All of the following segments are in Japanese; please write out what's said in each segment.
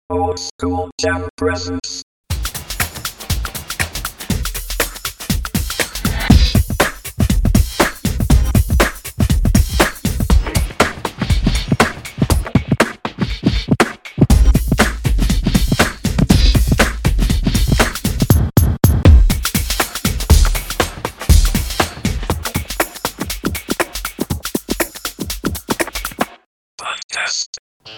Old School Jam Presents. Podcast.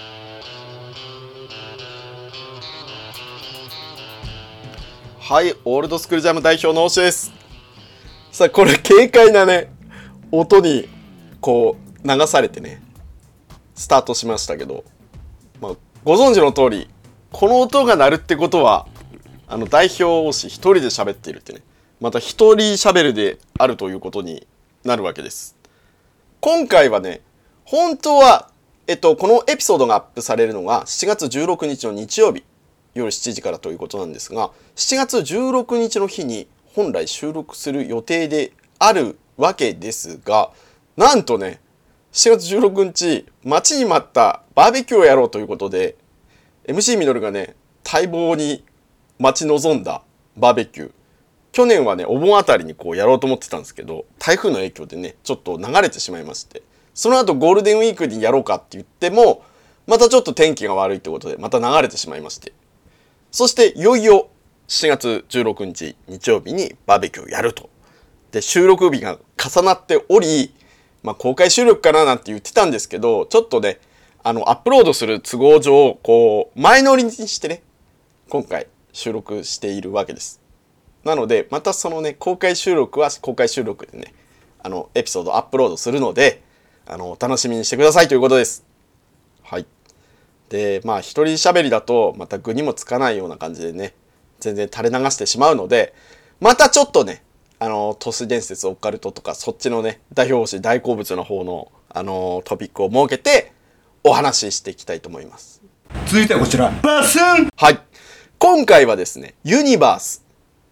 はい、オールドスクールジャム代表のオシです。さあ、これ軽快なね、音にこう流されてね、スタートしましたけど、ご存知の通り、この音が鳴るってことは、代表オシ一人で喋っているってね、また一人喋るであるということになるわけです。今回はね、本当は、このエピソードがアップされるのが7月16日の日曜日、夜7時からということなんですが、7月16日の日に本来収録する予定であるわけですが、なんとね、7月16日、待ちに待ったバーベキューをやろうということで、MC ミノルがね、待望に待ち望んだバーベキュー。去年はね、お盆あたりにこうやろうと思ってたんですけど、台風の影響でね、ちょっと流れてしまいまして、その後ゴールデンウィークにやろうかって言っても、またちょっと天気が悪いってことで、また流れてしまいまして、そしていよいよ7月16日日曜日にバーベキューをやると。で、収録日が重なっており、公開収録かななんて言ってたんですけど、ちょっとね、アップロードする都合上、こう、前乗りにしてね、今回収録しているわけです。なので、またそのね、公開収録は公開収録でね、エピソードアップロードするので、お楽しみにしてくださいということです。はい。で、一人喋りだとまた具にもつかないような感じでね、全然垂れ流してしまうので、またちょっとね、都市伝説オカルトとかそっちのね、代表詞大好物の方のトピックを設けてお話ししていきたいと思います。 続いてはこちら、バスン。 はい。今回はですね、ユニバース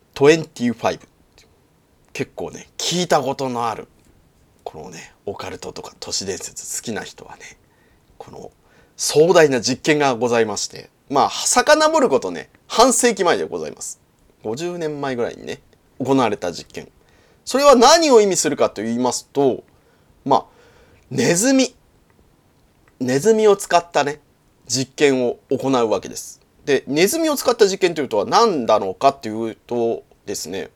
25。結構ね、聞いたことのある、このね、オカルトとか都市伝説好きな人はね、この壮大な実験がございまして、遡ることね、半世紀前でございます。50年前ぐらいにね、行われた実験。それは何を意味するかと言いますと、ネズミを使ったね、実験を行うわけです。で、ネズミを使った実験というとは何だろうかというとですね、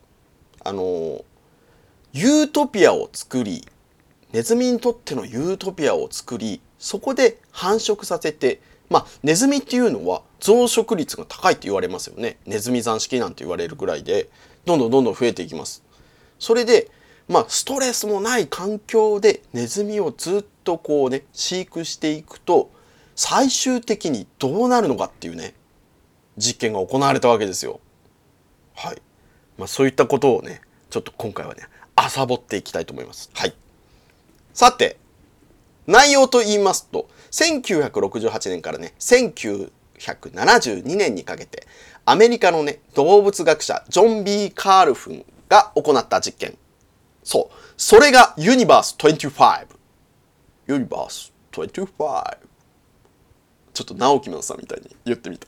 ユートピアを作り、ネズミにとってのユートピアを作り、そこで繁殖させて、ネズミっていうのは増殖率が高いって言われますよね。ネズミ山式なんて言われるぐらいで、どんどん増えていきます。それで、ストレスもない環境でネズミをずっとこうね、飼育していくと、最終的にどうなるのかっていうね、実験が行われたわけですよ。はい。そういったことをね、ちょっと今回はね、浅掘っていきたいと思います。はい。さて、内容と言いますと、1968年からね、1972年にかけて、アメリカのね、動物学者、ジョン・ B. カールフンが行った実験。そう。それがユニバース25。ユニバース25。ちょっと直木マンさんみたいに言ってみた。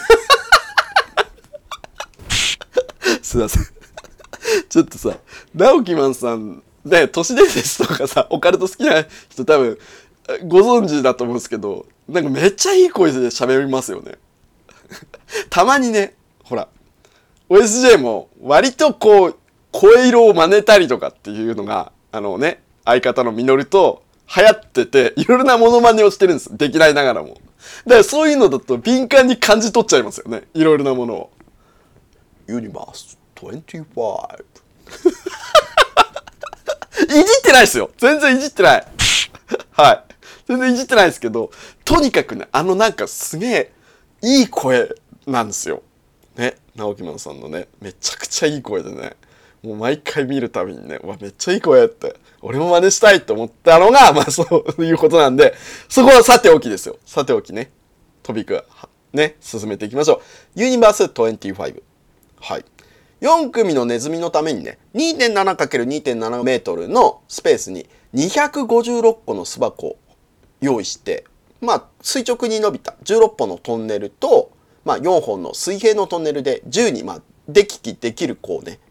すいません。ちょっとさ、直木マンさん、ね、都市伝説とかさ、オカルト好きな人多分ご存知だと思うんですけど、なんかめっちゃいい声で喋りますよね。たまにね、ほら、OSJ も割とこう、声色を真似たりとかっていうのが、相方のミノルと流行ってて、いろいろなモノマネをしてるんです。できないながらも。だからそういうのだと敏感に感じ取っちゃいますよね。いろいろなものを。ユニバース25。いじってないですよ。全然いじってない。はい。全然いじってないですけど、とにかくね、なんかすげえいい声なんですよ。ね、直木マンさんのね、めちゃくちゃいい声でね、もう毎回見るたびにね、めっちゃいい声って、俺も真似したいと思ったのが、そういうことなんで、そこはさておきですよ。さておきね、トピックね、進めていきましょう。ユニバース25。はい。4組のネズミのためにね、2.7×2.7 メートルのスペースに256個の巣箱を用意して、垂直に伸びた16本のトンネルと、 4本の水平のトンネルで自由に出来きできるこうね、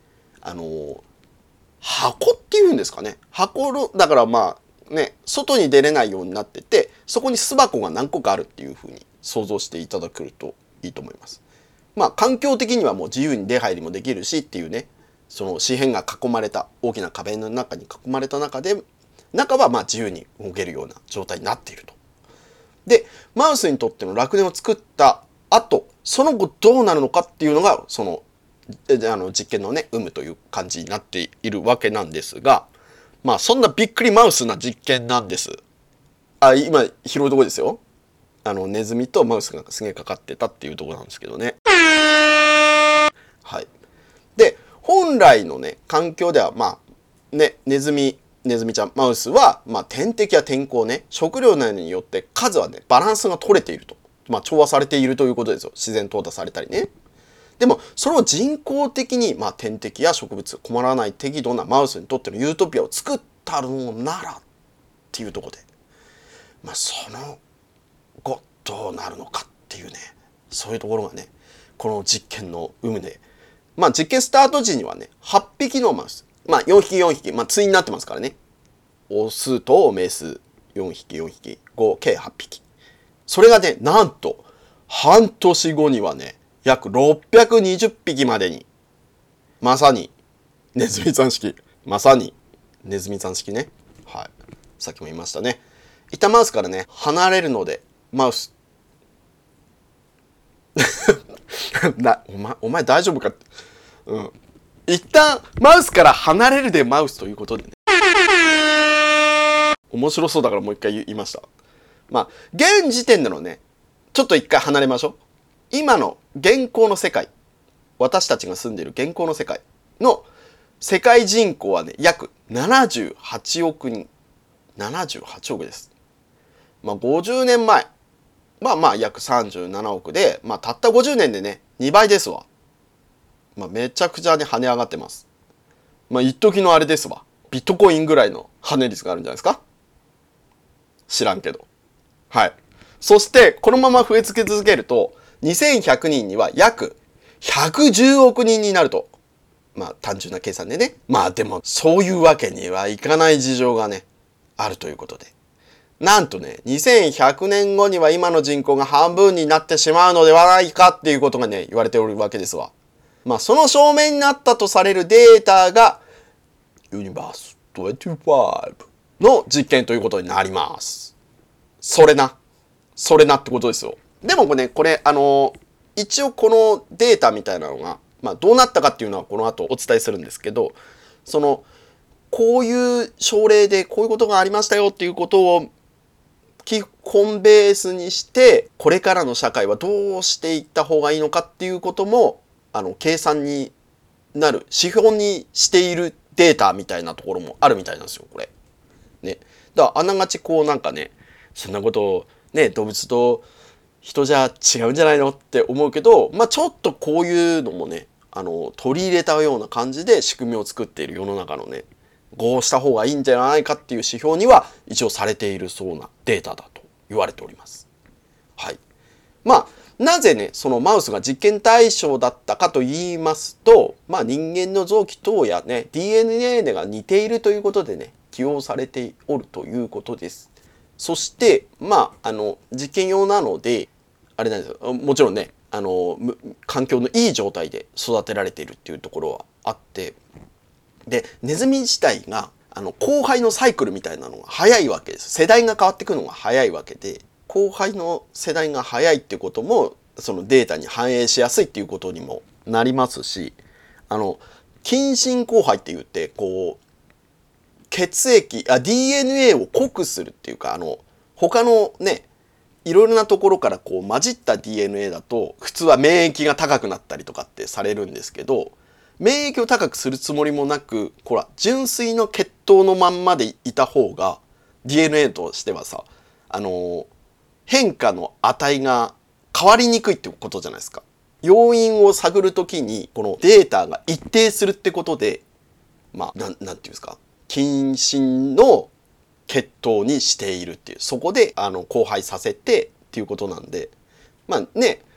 箱っていうんですかね。箱の、だから外に出れないようになってて、そこに巣箱が何個かあるっていう風に想像していただけるといいと思います。環境的にはもう自由に出入りもできるしっていうね、その四辺が囲まれた大きな壁の中に囲まれた中で、中は自由に動けるような状態になっていると。で、マウスにとっての楽園を作った後、その後どうなるのかっていうのが、その実験のね、有無という感じになっているわけなんですが、そんなびっくりマウスな実験なんです。今、広いとこですよ。ネズミとマウスがすげえかかってたっていうところなんですけどね。はい。で、本来のね、環境では、ネズミちゃん、マウスは、天敵や天候ね、食料などによって数はね、バランスが取れていると。調和されているということですよ。自然淘汰されたりね。でも、それを人工的に、天敵や植物、困らない適度なマウスにとってのユートピアを作ったのなら、っていうところで、その後、どうなるのかっていうね、そういうところがね、この実験の有無で、実験スタート時にはね、8匹のマウス、4匹4匹、対になってますからね、オスとメス、4匹4匹、合計8匹。それがね、なんと、半年後にはね、約620匹までに、まさに、ネズミ算式。まさに、ネズミ算式ね。はい。さっきも言いましたね。いたマウスからね、離れるので、マウス。お前大丈夫かって。うん。一旦、マウスから離れるでマウスということでね。面白そうだからもう一回言いました。現時点でのね、ちょっと一回離れましょう。今の現行の世界、私たちが住んでいる現行の世界の世界人口はね、約78億人。78億です。50年前は約37億で、たった50年でね、2倍ですわ。めちゃくちゃね、跳ね上がってます。一時のあれですわ。ビットコインぐらいの跳ね率があるんじゃないですか？知らんけど。はい。そして、このまま増え続けると、2100人には約110億人になると。単純な計算でね。でも、そういうわけにはいかない事情がね、あるということで。なんとね、2100年後には今の人口が半分になってしまうのではないかっていうことがね、言われておるわけですわ。その証明になったとされるデータが、ユニバース25の実験ということになります。それなってことですよ。でもこれ一応このデータみたいなのが、どうなったかっていうのはこの後お伝えするんですけど、こういう症例でこういうことがありましたよっていうことを基本ベースにして、これからの社会はどうしていった方がいいのかっていうことも、計算になる指標にしているデータみたいなところもあるみたいなんですよ、これ。ね。だからあながちそんなことをね、動物と人じゃ違うんじゃないのって思うけど、ちょっとこういうのもね、取り入れたような感じで仕組みを作っている世の中のね、こうした方がいいんじゃないかっていう指標には一応されているそうなデータだと言われております。はい。なぜね、そのマウスが実験対象だったかと言いますと、人間の臓器等やね、DNA が似ているということでね、起用されておるということです。そして、実験用なので、あれなんですよ。もちろんね、環境のいい状態で育てられているっていうところはあって、で、ネズミ自体が、交配のサイクルみたいなのが早いわけです。世代が変わってくるのが早いわけで、交配の世代が早いっていうことも、そのデータに反映しやすいっていうことにもなりますし、近親交配って言って、血液、DNA を濃くするっていうか、他のね、いろいろなところから混じった DNA だと、普通は免疫が高くなったりとかってされるんですけど、免疫を高くするつもりもなく、純粋の血統のまんまでいた方が、DNA としてはさ、変化の値が変わりにくいってことじゃないですか。要因を探るときに、このデータが一定するってことで、なんていうんですか、近親の血統にしているっていう、そこで交配させてっていうことなんで、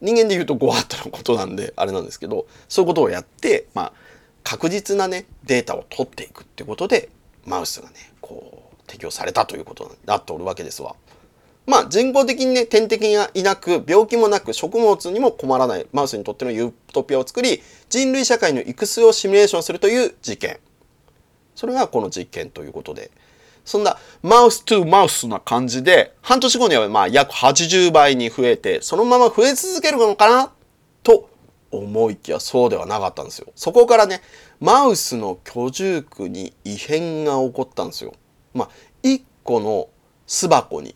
人間で言うと 5W のことなんであれなんですけど、そういうことをやって、確実なねデータを取っていくってことでマウスがねこう適用されたということになっておるわけですわ。人工的にね天敵がいなく病気もなく食物にも困らないマウスにとってのユートピアを作り、人類社会の行く末をシミュレーションするという実験、それがこの実験ということで、そんなマウストゥマウスな感じで半年後には約80倍に増えて、そのまま増え続けるのかなと思いきやそうではなかったんですよ。そこからねマウスの居住区に異変が起こったんですよ。1個の巣箱に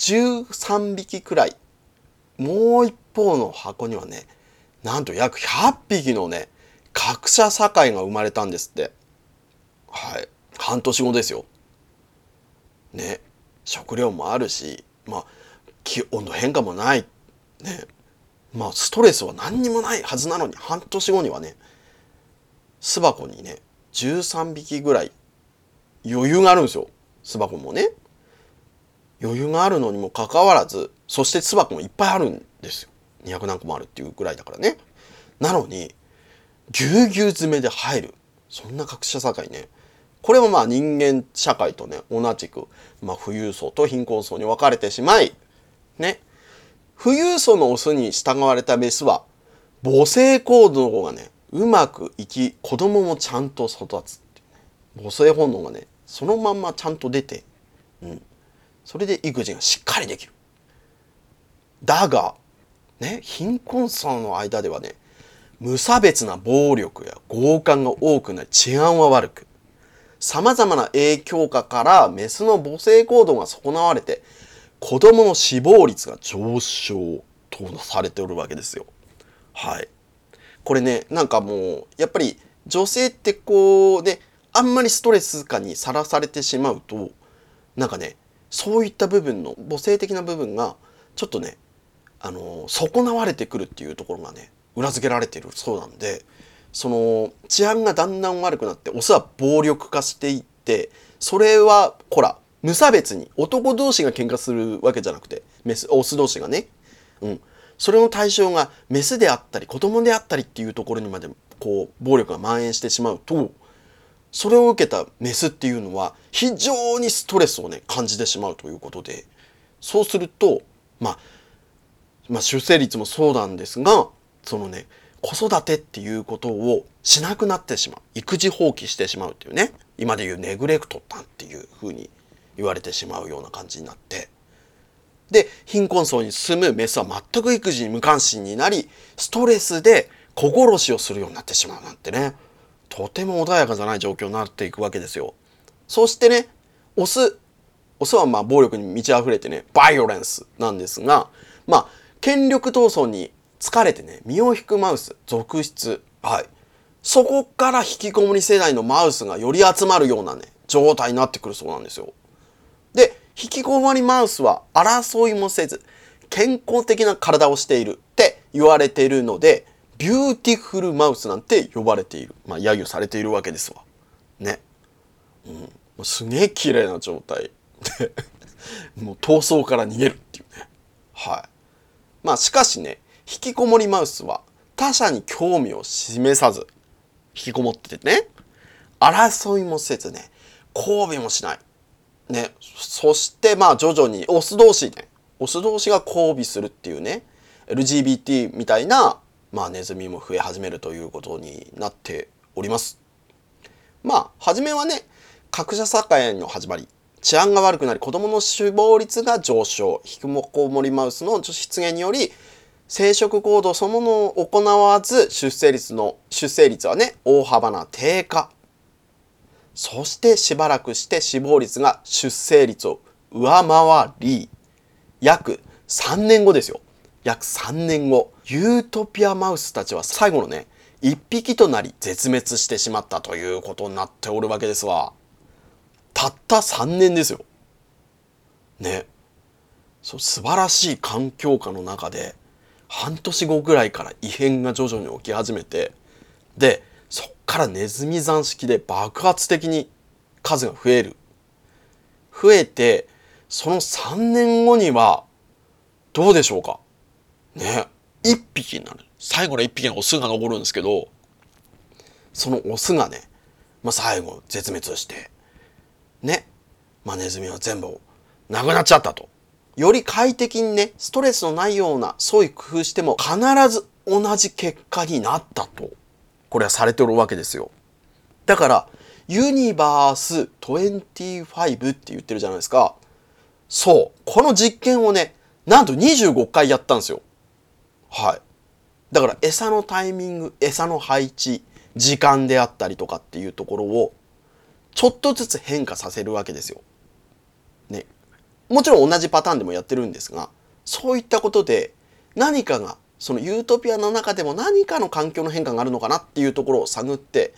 13匹くらい、もう一方の箱にはねなんと約100匹のね格差社会が生まれたんですって。はい、半年後ですよ。ね、食料もあるし、気温度変化もないね、ストレスは何にもないはずなのに、半年後にはね巣箱にね13匹ぐらい余裕があるんですよ。巣箱もね余裕があるのにもかかわらず、そして巣箱もいっぱいあるんですよ。200何個もあるっていうぐらいだからね。なのにぎゅうぎゅう詰めで入る、そんな格差社会ね、これも人間社会とね同じく、富裕層と貧困層に分かれてしまいね、富裕層のオスに従われたメスは母性行動がねうまくいき、子供もちゃんと育つっていうね、母性本能がねそのまんまちゃんと出て、それで育児がしっかりできる。だがね、貧困層の間ではね無差別な暴力や強姦が多くなり、治安は悪く、さまざまな影響下からメスの母性行動が損なわれて子供の死亡率が上昇とされておるわけですよ。はい。これねもうやっぱり女性ってこうねあんまりストレス下にさらされてしまうとそういった部分の母性的な部分がちょっとね損なわれてくるっていうところがね裏付けられているそうなんで、その治安がだんだん悪くなってオスは暴力化していって、それは無差別に男同士が喧嘩するわけじゃなくてオス同士がね、それの対象がメスであったり子供であったりっていうところにまでこう暴力が蔓延してしまうと、それを受けたメスっていうのは非常にストレスをね感じてしまうということで、そうすると出生率もそうなんですが、そのね子育てっていうことをしなくなってしまう、育児放棄してしまうっていうね、今でいうネグレクトっていう風に言われてしまうような感じになって、で貧困層に住むメスは全く育児に無関心になり、ストレスで子殺しをするようになってしまうなんてね、とても穏やかじゃない状況になっていくわけですよ。そしてねオスは暴力に満ち溢れてねバイオレンスなんですが、権力闘争に疲れてね身を引くマウス続出。はい。そこから引きこもり世代のマウスがより集まるようなね状態になってくるそうなんですよ。で引きこもりマウスは争いもせず健康的な体をしているって言われているので、ビューティフルマウスなんて呼ばれている、揶揄されているわけですわね。すげえ綺麗な状態でもう闘争から逃げるっていうね。はい。しかしね引きこもりマウスは他者に興味を示さず引きこもっててね、争いもせずね交尾もしないね。そして徐々にオス同士が交尾するっていうね LGBT みたいなネズミも増え始めるということになっております。初めはね格差社会の始まり、治安が悪くなり子供の死亡率が上昇、引きこもりマウスの出現により生殖行動そのものを行わず出生率はね大幅な低下。そしてしばらくして死亡率が出生率を上回り、約3年後ですよ。約3年後、ユートピアマウスたちは最後のね1匹となり絶滅してしまったということになっておるわけですわ。たった3年ですよ。ね。素晴らしい環境下の中で半年後ぐらいから異変が徐々に起き始めて、でそっからネズミ算式で爆発的に数が増えて、その3年後にはどうでしょうかね。 1匹になる。最後の1匹のオスが残るんですけど、そのオスがね、最後絶滅してね、ネズミは全部なくなっちゃったと。より快適にね、ストレスのないような創意工夫しても必ず同じ結果になったと、これはされておるわけですよ。だからユニバース25って言ってるじゃないですか。そう、この実験をね、なんと25回やったんですよ。はい。だから餌のタイミング、餌の配置、時間であったりとかっていうところをちょっとずつ変化させるわけですよ。ね。もちろん同じパターンでもやってるんですが、そういったことで何かが、そのユートピアの中でも何かの環境の変化があるのかなっていうところを探って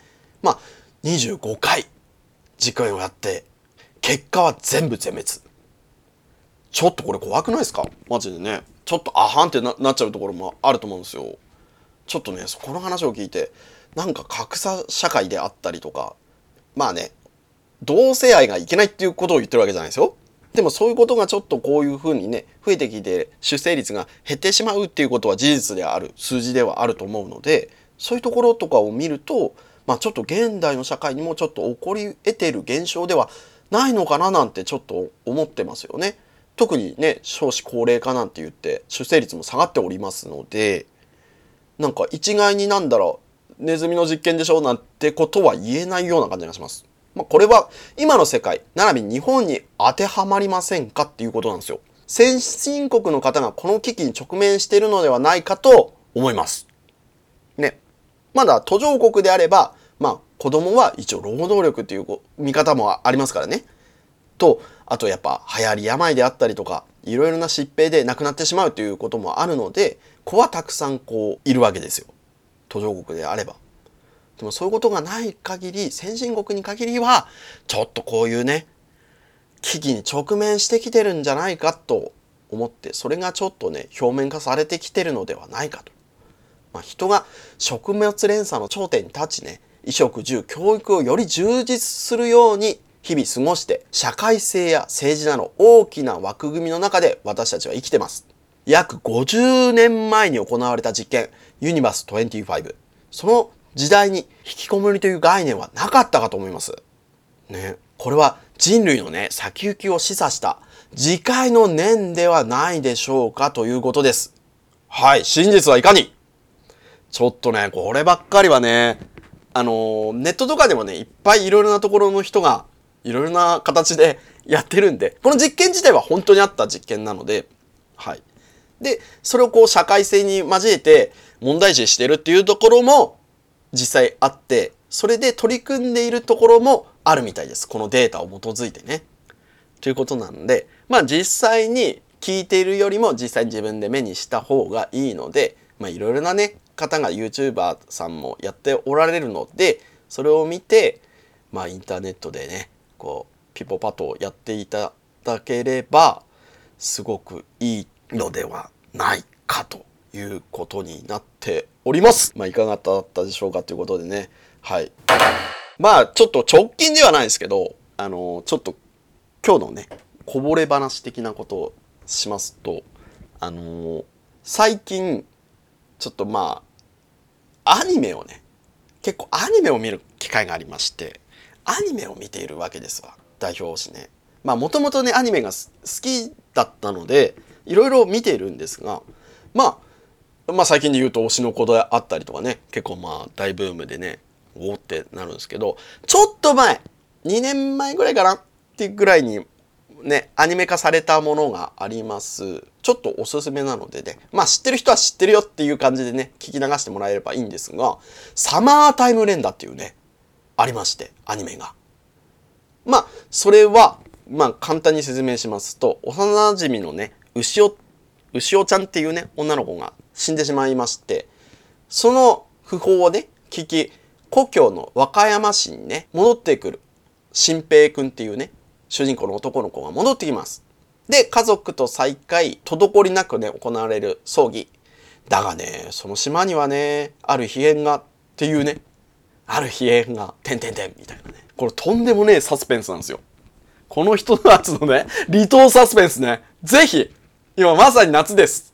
、25回実験をやって、結果は全部全滅。ちょっとこれ怖くないですか？マジでね。ちょっとアハンって なっちゃうところもあると思うんですよ。ちょっとね、この話を聞いて、なんか格差社会であったりとか、同性愛がいけないっていうことを言ってるわけじゃないですよ。でもそういうことがちょっとこういうふうにね、増えてきて出生率が減ってしまうっていうことは事実である、数字ではあると思うので、そういうところとかを見ると、ちょっと現代の社会にもちょっと起こり得ている現象ではないのかななんてちょっと思ってますよね。特にね、少子高齢化なんて言って出生率も下がっておりますので、なんか一概にネズミの実験でしょなんてことは言えないような感じがします。これは今の世界並びに日本に当てはまりませんかっていうことなんですよ。先進国の方がこの危機に直面しているのではないかと思います。ね。まだ途上国であれば、子供は一応労働力っていう見方もありますからね。と、あとやっぱ流行り病であったりとか、いろいろな疾病で亡くなってしまうということもあるので、子はたくさんいるわけですよ。途上国であれば。でもそういうことがない限り、先進国に限りは、ちょっとこういうね、危機に直面してきてるんじゃないかと思って、それがちょっとね、表面化されてきてるのではないかと。人が食物連鎖の頂点に立ちね、衣食住、教育をより充実するように日々過ごして、社会性や政治など大きな枠組みの中で私たちは生きてます。約50年前に行われた実験、ユニバース25。その時代に引きこもりという概念はなかったかと思います。ね。これは人類のね、先行きを示唆した次回の念ではないでしょうかということです。はい、真実はいかに？ちょっとね、こればっかりはね、ネットとかでもね、いっぱいいろいろなところの人がいろいろな形でやってるんで、この実験自体は本当にあった実験なので、はい。で、それを社会性に交えて問題視してるっていうところも実際あって、それで取り組んでいるところもあるみたいです。このデータを基づいてね。ということなんで、実際に聞いているよりも実際に自分で目にした方がいいので、いろいろなね、方が YouTuber さんもやっておられるので、それを見て、インターネットでね、ピポパとやっていただければ、すごくいいのではないかということになっております。いかがだったでしょうかということでね。はい。ちょっと直近ではないですけど、ちょっと今日のね、こぼれ話的なことをしますと、最近、ちょっとアニメをね、結構アニメを見る機会がありまして、アニメを見ているわけですわ。代表誌ね。もともとね、アニメが好きだったので、いろいろ見ているんですが、最近で言うと推しの子であったりとかね、結構大ブームでね、おーってなるんですけど、ちょっと前、2年前ぐらいかなっていうぐらいにね、アニメ化されたものがあります。ちょっとおすすめなのでね、知ってる人は知ってるよっていう感じでね、聞き流してもらえればいいんですが、サマータイム連打っていうね、ありまして、アニメが。それは、簡単に説明しますと、幼馴染のね、牛尾ちゃんっていうね、女の子が死んでしまいまして、その訃報をね、聞き、故郷の和歌山市にね、戻ってくる、新平くんっていうね、主人公の男の子が戻ってきます。で、家族と再会、滞りなくね、行われる葬儀。だがね、その島にはね、ある秘変がっていうね、ある秘変が、みたいなね。これとんでもねえサスペンスなんですよ。この人たちのね、離島サスペンスね、ぜひ、今まさに夏です。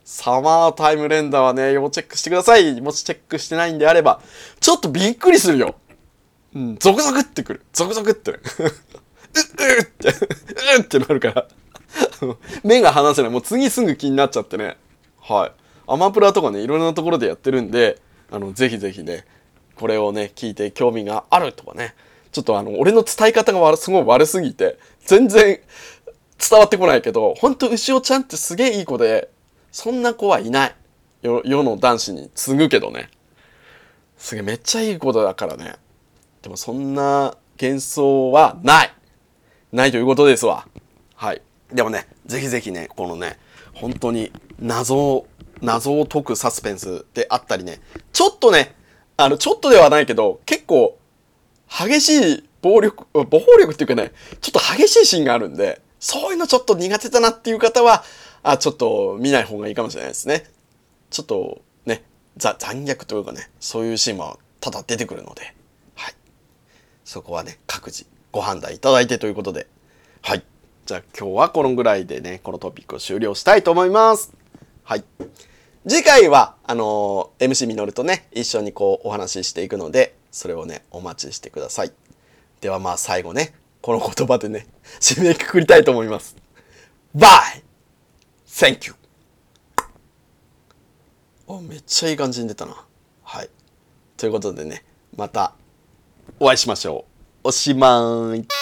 サマータイム連打はね、要チェックしてください。もしチェックしてないんであれば、ちょっとびっくりするよ。うん、ゾクゾクってくる。ゾクゾクって。ってなるから。目が離せない。もう次すぐ気になっちゃってね。はい。アマプラとかね、いろんなところでやってるんで、ぜひぜひね、これをね、聞いて興味があるとかね、ちょっと俺の伝え方がすごい悪すぎて、全然伝わってこないけど、ほんと牛尾ちゃんってすげえいい子で、そんな子はいない。世の男子に次ぐけどね。すげえめっちゃいい子だからね。でもそんな幻想はない。ないということですわ。はい。でもね、ぜひぜひね、このね、本当に謎を解くサスペンスであったりね、ちょっとね、ちょっとではないけど、結構激しい暴力っていうかね、ちょっと激しいシーンがあるんで、そういうのちょっと苦手だなっていう方は、ちょっと見ない方がいいかもしれないですね。ちょっとね、残虐というかね、そういうシーンも多々出てくるので、はい。そこはね、各自ご判断いただいてということで、はい。じゃあ今日はこのぐらいでね、このトピックを終了したいと思います。はい。次回は、MC みのるとね、一緒にこうお話ししていくので、それをね、お待ちしてください。ではまあ最後ね、この言葉でね、締めくくりたいと思います。Bye! Thank you! めっちゃいい感じに出たな。はい。ということでね、またお会いしましょう。おしまーい。